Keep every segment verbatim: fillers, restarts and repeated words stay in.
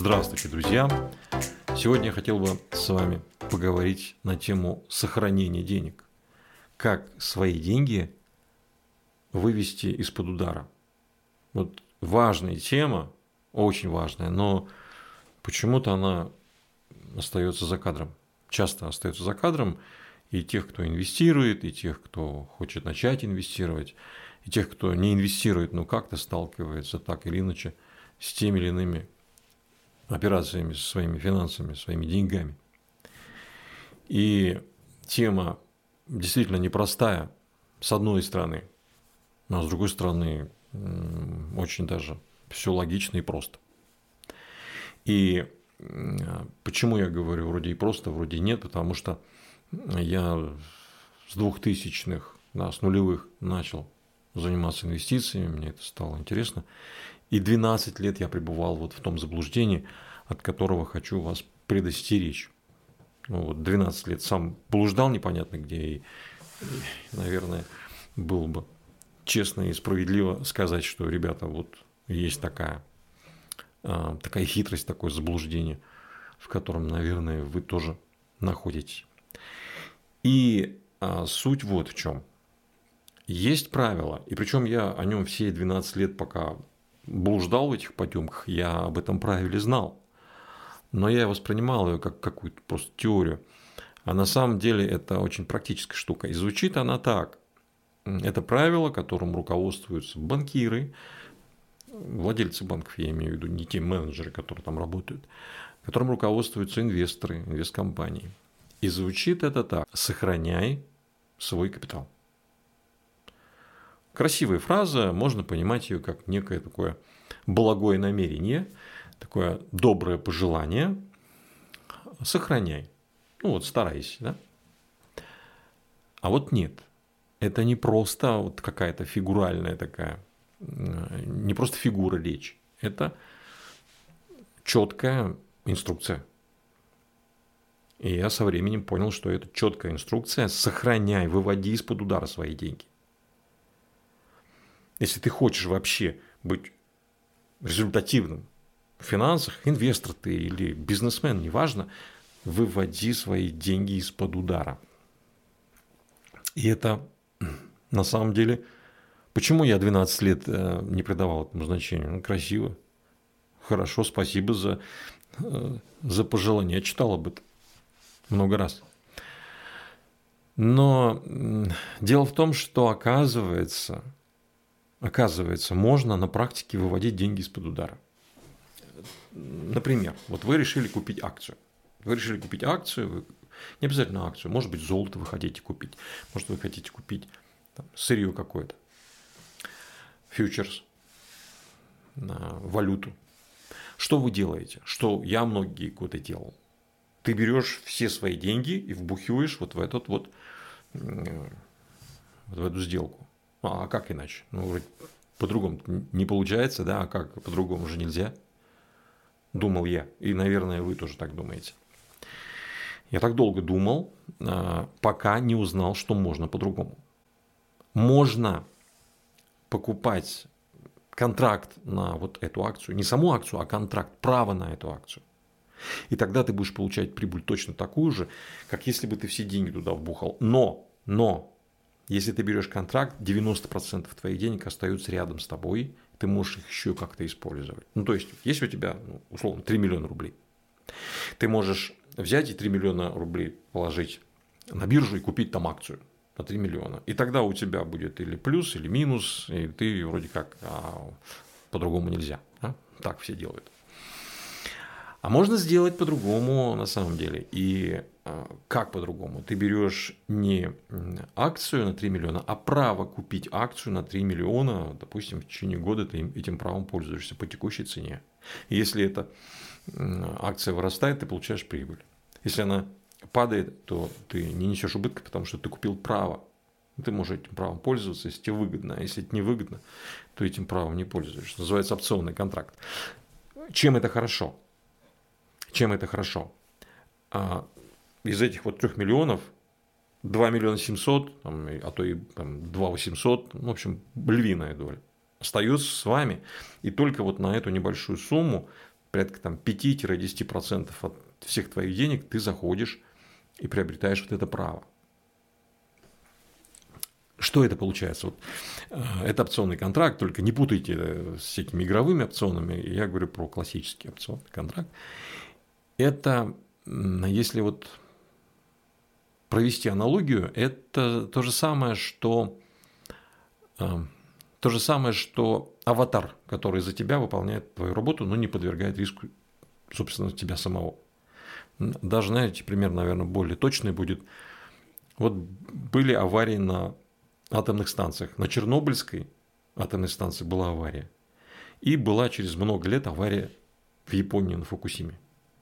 Здравствуйте, друзья! Сегодня я хотел бы с вами поговорить на тему сохранения денег. Как свои деньги вывести из-под удара. Вот важная тема, очень важная, но почему-то она остается за кадром. Часто остается за кадром и тех, кто инвестирует, и тех, кто хочет начать инвестировать, и тех, кто не инвестирует, но как-то сталкивается так или иначе с теми или иными операциями, со своими финансами, своими деньгами. И тема действительно непростая, с одной стороны, а с другой стороны, очень даже все логично и просто. И почему я говорю вроде и просто, вроде и нет, потому что я с двухтысячных, да, с нулевых начал заниматься инвестициями, мне это стало интересно. И двенадцать лет я пребывал вот в том заблуждении, от которого хочу вас предостеречь. Ну, вот двенадцать лет сам блуждал непонятно где, и, наверное, было бы честно и справедливо сказать, что, ребята, вот есть такая, такая хитрость, такое заблуждение, в котором, наверное, вы тоже находитесь. И а, суть вот в чем. Есть правило, и причем я о нем все двенадцать лет, пока блуждал в этих потемках, я об этом правиле знал. Но я воспринимал ее как какую-то просто теорию. А на самом деле это очень практическая штука. И звучит она так. Это правило, которым руководствуются банкиры, владельцы банков, я имею в виду, не те менеджеры, которые там работают, которым руководствуются инвесторы, инвесткомпании. И звучит это так. Сохраняй свой капитал. Красивая фраза, можно понимать ее как некое такое благое намерение, такое доброе пожелание. Сохраняй. Ну вот старайся, да? А вот нет. Это не просто вот какая-то фигуральная такая, не просто фигура речи. Это четкая инструкция. И я со временем понял, что это четкая инструкция. Сохраняй, выводи из-под удара свои деньги. Если ты хочешь вообще быть результативным в финансах, инвестор ты или бизнесмен, неважно, выводи свои деньги из-под удара. И это на самом деле, почему я двенадцать лет не придавал этому значению? Ну, красиво, хорошо, спасибо за, за пожелание. Я читал об этом много раз. Но дело в том, что оказывается, оказывается, можно на практике выводить деньги из-под удара. Например, вот вы решили купить акцию. Вы решили купить акцию, вы, не обязательно акцию, может быть, золото вы хотите купить, может, вы хотите купить там, сырье какое-то, фьючерс, валюту. Что вы делаете? Что я многие годы делал? Ты берешь все свои деньги и вбухиваешь вот в этот вот, вот в эту сделку. А как иначе? Ну, вроде по-другому не получается, да, а как по-другому же нельзя? Думал я, и, наверное, вы тоже так думаете. Я так долго думал, пока не узнал, что можно по-другому. Можно покупать контракт на вот эту акцию, не саму акцию, а контракт, право на эту акцию. И тогда ты будешь получать прибыль точно такую же, как если бы ты все деньги туда вбухал. Но, но, если ты берешь контракт, девяносто процентов твоих денег остаются рядом с тобой, ты можешь их еще как-то использовать. Ну, то есть, если у тебя, ну, условно, три миллиона рублей, ты можешь взять и три миллиона рублей положить на биржу и купить там акцию на три миллиона. И тогда у тебя будет или плюс, или минус, и ты вроде как а, по-другому нельзя. Да? Так все делают. А можно сделать по-другому на самом деле. И а, как по-другому? Ты берешь не акцию на три миллиона, а право купить акцию на три миллиона. Допустим, в течение года ты этим правом пользуешься по текущей цене. И если эта акция вырастает, ты получаешь прибыль. Если она падает, то ты не несешь убытка, потому что ты купил право. Ты можешь этим правом пользоваться, если тебе выгодно. А если это невыгодно, то этим правом не пользуешься. Называется опционный контракт. Чем это хорошо? Чем это хорошо? А из этих вот трех миллионов два миллиона семьсот, а то и там, два восемьсот, ну, в общем, львиная доля остается с вами. И только вот на эту небольшую сумму порядка там, пять-десять процентов от всех твоих денег ты заходишь и приобретаешь вот это право. Что это получается? Вот, это опционный контракт, только не путайте с всякими игровыми опционами, я говорю про классический опционный контракт. Это, если вот провести аналогию, это то же самое, что, то же самое, что аватар, который за тебя выполняет твою работу, но не подвергает риску, собственно, тебя самого. Даже, знаете, пример, наверное, более точный будет. Вот были аварии на атомных станциях. На Чернобыльской атомной станции была авария. И была через много лет авария в Японии на Фукусиме.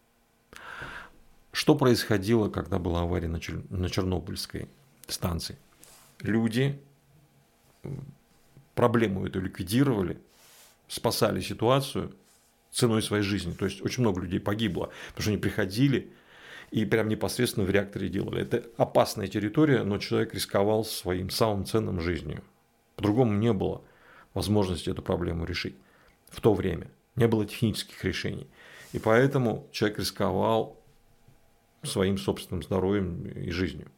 Что происходило, когда была авария на, Чер... на Чернобыльской станции? Люди проблему эту ликвидировали, спасали ситуацию ценой своей жизни. То есть очень много людей погибло, потому что они приходили и прям непосредственно в реакторе делали. Это опасная территория, но человек рисковал своим самым ценным жизнью. По-другому не было возможности эту проблему решить в то время. Не было технических решений. И поэтому человек рисковал своим собственным здоровьем и жизнью.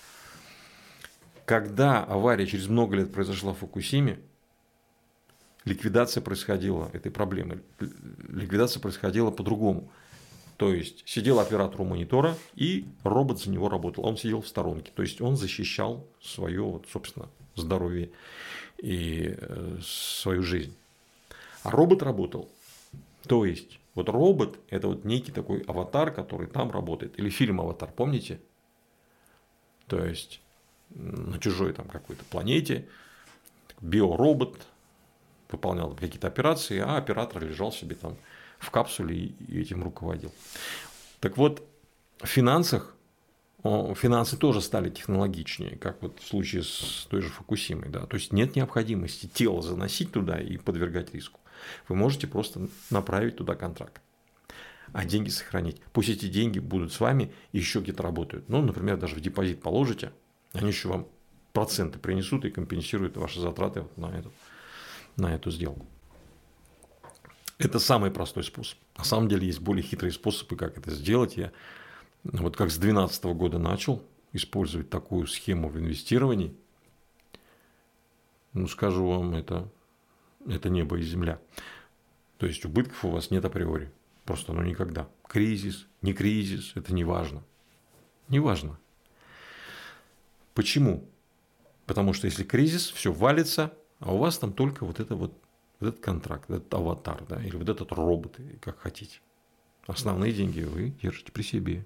Когда авария через много лет произошла в Фукусиме, ликвидация происходила этой проблемы. Ликвидация происходила по-другому. То есть сидел оператор у монитора, и робот за него работал. Он сидел в сторонке. То есть он защищал свое, вот, собственно, здоровье и э, свою жизнь. А робот работал. То есть вот робот – это вот некий такой аватар, который там работает. Или фильм «Аватар», помните? То есть на чужой там какой-то планете биоробот выполнял какие-то операции, а оператор лежал себе там в капсуле и этим руководил. Так вот, в финансах, финансы тоже стали технологичнее, как вот в случае с той же Фукусимой. Да? То есть нет необходимости тело заносить туда и подвергать риску. Вы можете просто направить туда контракт, а деньги сохранить. Пусть эти деньги будут с вами и еще где-то работают. Ну, например, даже в депозит положите, они еще вам проценты принесут и компенсируют ваши затраты на эту, на эту сделку. Это самый простой способ. На самом деле есть более хитрые способы, как это сделать. Я вот как с две тысячи двенадцатого года начал использовать такую схему в инвестировании. Ну, скажу вам, это, это небо и земля. То есть убытков у вас нет априори. Просто ну никогда. Кризис, не кризис, это не важно. Не важно. Почему? Потому что если кризис, все валится, а у вас там только вот это вот этот контракт, этот аватар, да, или вот этот робот, как хотите. Основные деньги вы держите при себе.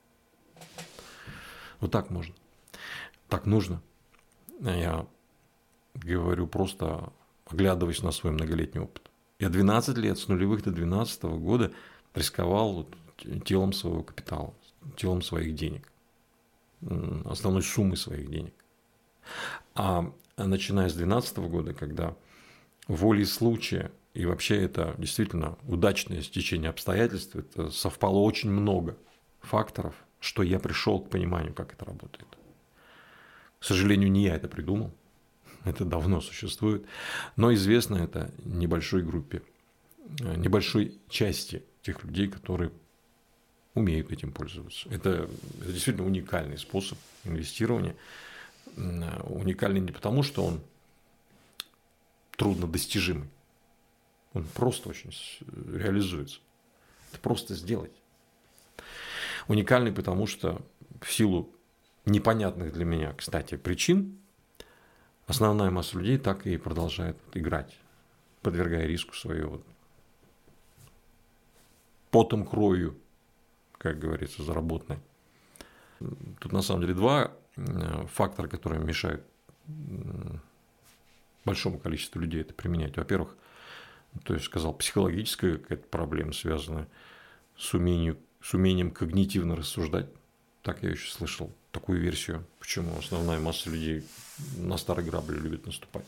Вот так можно. Так нужно. Я говорю, просто оглядываясь на свой многолетний опыт. Я двенадцать лет, с нулевых до двенадцатого года рисковал вот телом своего капитала, телом своих денег, основной суммой своих денег. А начиная с двенадцатого года, когда волей случая, и вообще это действительно удачное стечение обстоятельств, это совпало очень много факторов, что я пришел к пониманию, как это работает. К сожалению, не я это придумал, это давно существует, но известно это небольшой группе, небольшой части тех людей, которые умеют этим пользоваться. Это, это действительно уникальный способ инвестирования. Уникальный не потому, что он труднодостижимый. Он просто очень реализуется. Это просто сделать. Уникальный, потому что в силу непонятных для меня, кстати, причин, основная масса людей так и продолжает играть, подвергая риску свою вот потом, кровью, как говорится, заработанной. Тут на самом деле два фактора, которые мешают большому количеству людей это применять. Во-первых, то есть сказал, психологическая какая-то проблема, связанная с умением, с умением когнитивно рассуждать. Так я еще слышал такую версию, почему основная масса людей на старые грабли любит наступать.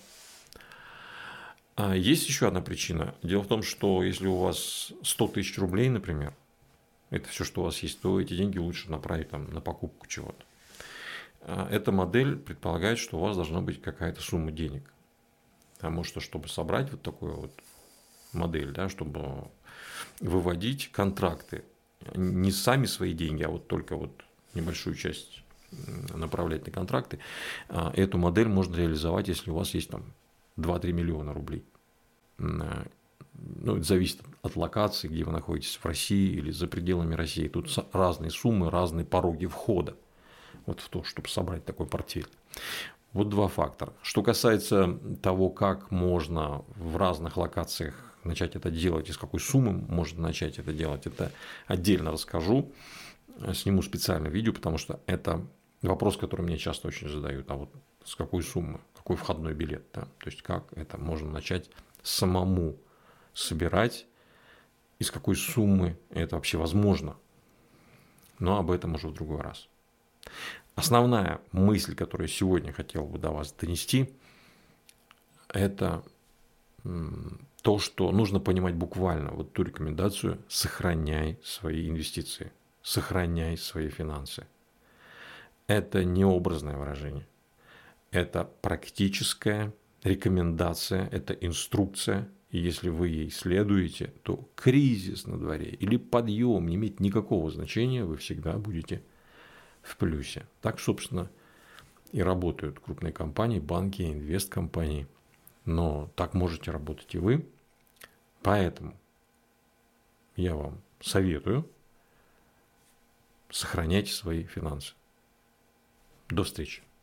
А есть еще одна причина. Дело в том, что если у вас сто тысяч рублей, например, это все, что у вас есть, то эти деньги лучше направить там, на покупку чего-то. Эта модель предполагает, что у вас должна быть какая-то сумма денег. Потому что, чтобы собрать вот такую вот модель, да, чтобы выводить контракты. Не сами свои деньги, а вот только вот небольшую часть направлять на контракты. Эту модель можно реализовать, если у вас есть там два-три миллиона рублей. Ну, это зависит от локации, где вы находитесь, в России или за пределами России. Тут разные суммы, разные пороги входа вот в то, чтобы собрать такой портфель. Вот два фактора. Что касается того, как можно в разных локациях начать это делать, из какой суммы можно начать это делать, это отдельно расскажу, сниму специальное видео, потому что это вопрос, который мне часто очень задают. А вот с какой суммы, какой входной билет, да? То есть как это можно начать самому собирать, из какой суммы это вообще возможно. Но об этом уже в другой раз. Основная мысль, которую я сегодня хотел бы до вас донести, это то, что нужно понимать буквально вот ту рекомендацию: сохраняй свои инвестиции, сохраняй свои финансы. Это не образное выражение, это практическая рекомендация, это инструкция. И если вы ей следуете, то кризис на дворе или подъем не имеет никакого значения, вы всегда будете в плюсе. Так, собственно, и работают крупные компании, банки, инвесткомпании. Но так можете работать и вы. Поэтому я вам советую: сохраняйте свои финансы. До встречи.